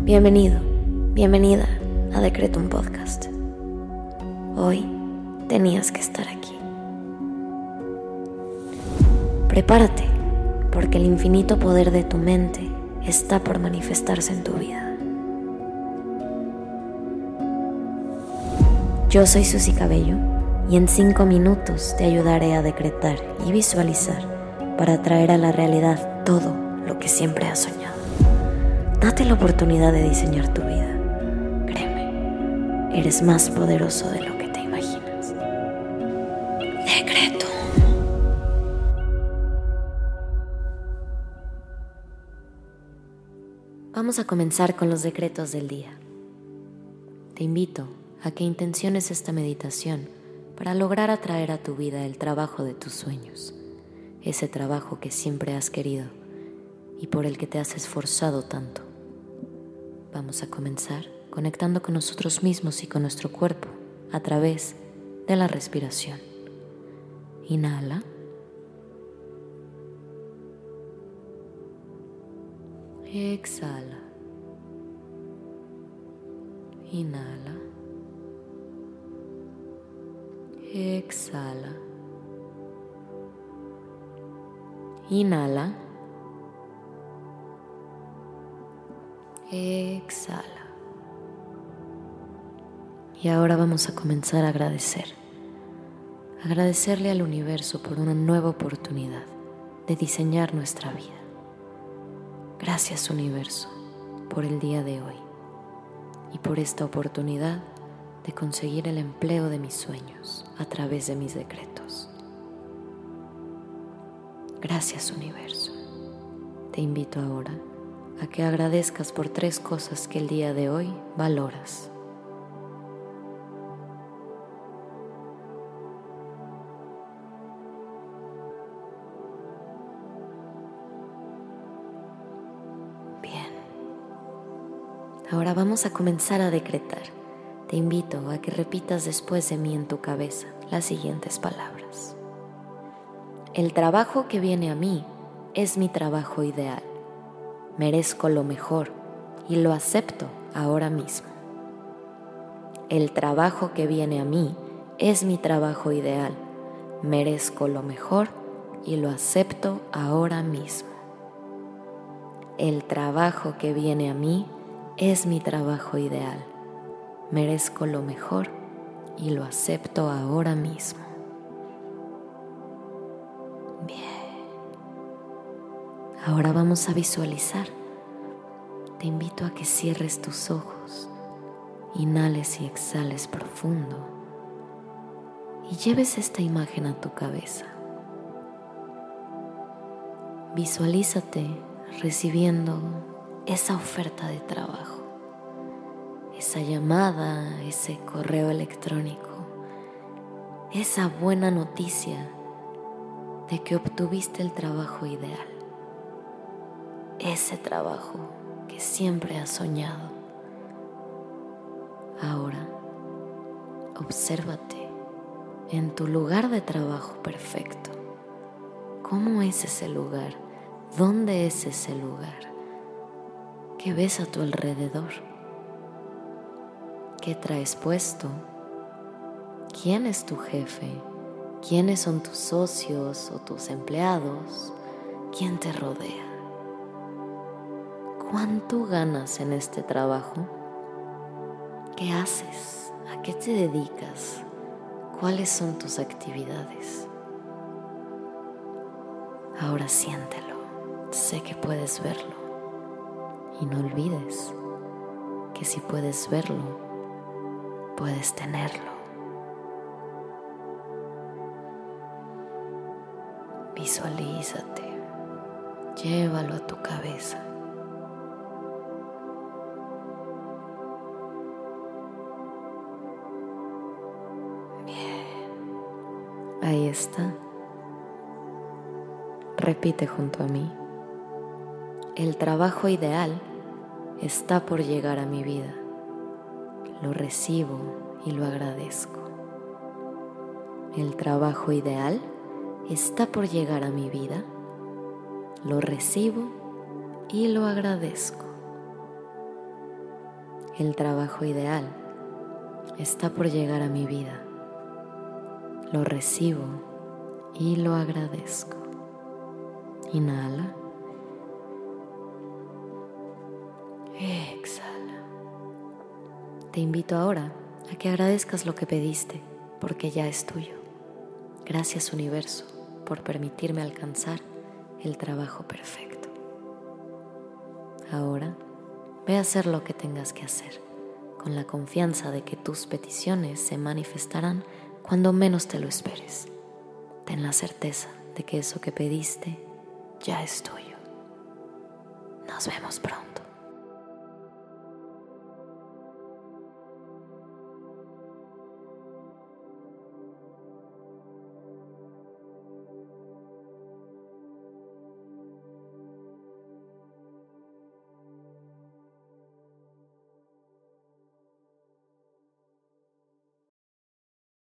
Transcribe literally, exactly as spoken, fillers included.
Bienvenido, bienvenida a Decretum Podcast. Hoy tenías que estar aquí. Prepárate, porque el infinito poder de tu mente está por manifestarse en tu vida. Yo soy Susi Cabello y en cinco minutos te ayudaré a decretar y visualizar para traer a la realidad todo lo que siempre has soñado. Date la oportunidad de diseñar tu vida. Créeme, eres más poderoso de lo que te imaginas. Decreto. Vamos a comenzar con los decretos del día. Te invito a que intenciones esta meditación para lograr atraer a tu vida el trabajo de tus sueños, ese trabajo que siempre has querido y por el que te has esforzado tanto. Vamos a comenzar conectando con nosotros mismos y con nuestro cuerpo a través de la respiración. Inhala. Exhala. Inhala. Exhala. Inhala. Exhala. Y ahora vamos a comenzar a agradecer. Agradecerle al universo por una nueva oportunidad de diseñar nuestra vida. Gracias, universo, por el día de hoy y por esta oportunidad de conseguir el empleo de mis sueños a través de mis decretos. Gracias, universo. Te invito ahora a que agradezcas por tres cosas que el día de hoy valoras. Bien. Ahora vamos a comenzar a decretar. Te invito a que repitas después de mí en tu cabeza las siguientes palabras. El trabajo que viene a mí es mi trabajo ideal. Merezco lo mejor y lo acepto ahora mismo. El trabajo que viene a mí es mi trabajo ideal. Merezco lo mejor y lo acepto ahora mismo. El trabajo que viene a mí es mi trabajo ideal. Merezco lo mejor y lo acepto ahora mismo. Bien. Ahora vamos a visualizar. Te invito a que cierres tus ojos, inhales y exhales profundo y lleves esta imagen a tu cabeza. Visualízate recibiendo esa oferta de trabajo, esa llamada, ese correo electrónico, esa buena noticia de que obtuviste el trabajo ideal. Ese trabajo que siempre has soñado. Ahora, obsérvate en tu lugar de trabajo perfecto. ¿Cómo es ese lugar? ¿Dónde es ese lugar? ¿Qué ves a tu alrededor? ¿Qué traes puesto? ¿Quién es tu jefe? ¿Quiénes son tus socios o tus empleados? ¿Quién te rodea? ¿Cuánto ganas en este trabajo? ¿Qué haces? ¿A qué te dedicas? ¿Cuáles son tus actividades? Ahora siéntelo. Sé que puedes verlo. Y no olvides que si puedes verlo, puedes tenerlo. Visualízate. Llévalo a tu cabeza. Ahí está. Repite junto a mí. El trabajo ideal está por llegar a mi vida. Lo recibo y lo agradezco. El trabajo ideal está por llegar a mi vida. Lo recibo y lo agradezco. El trabajo ideal está por llegar a mi vida. Lo recibo y lo agradezco. Inhala. Exhala. Te invito ahora a que agradezcas lo que pediste, porque ya es tuyo. Gracias, universo, por permitirme alcanzar el trabajo perfecto. Ahora, ve a hacer lo que tengas que hacer, con la confianza de que tus peticiones se manifestarán cuando menos te lo esperes. Ten la certeza de que eso que pediste ya es tuyo. Nos vemos pronto.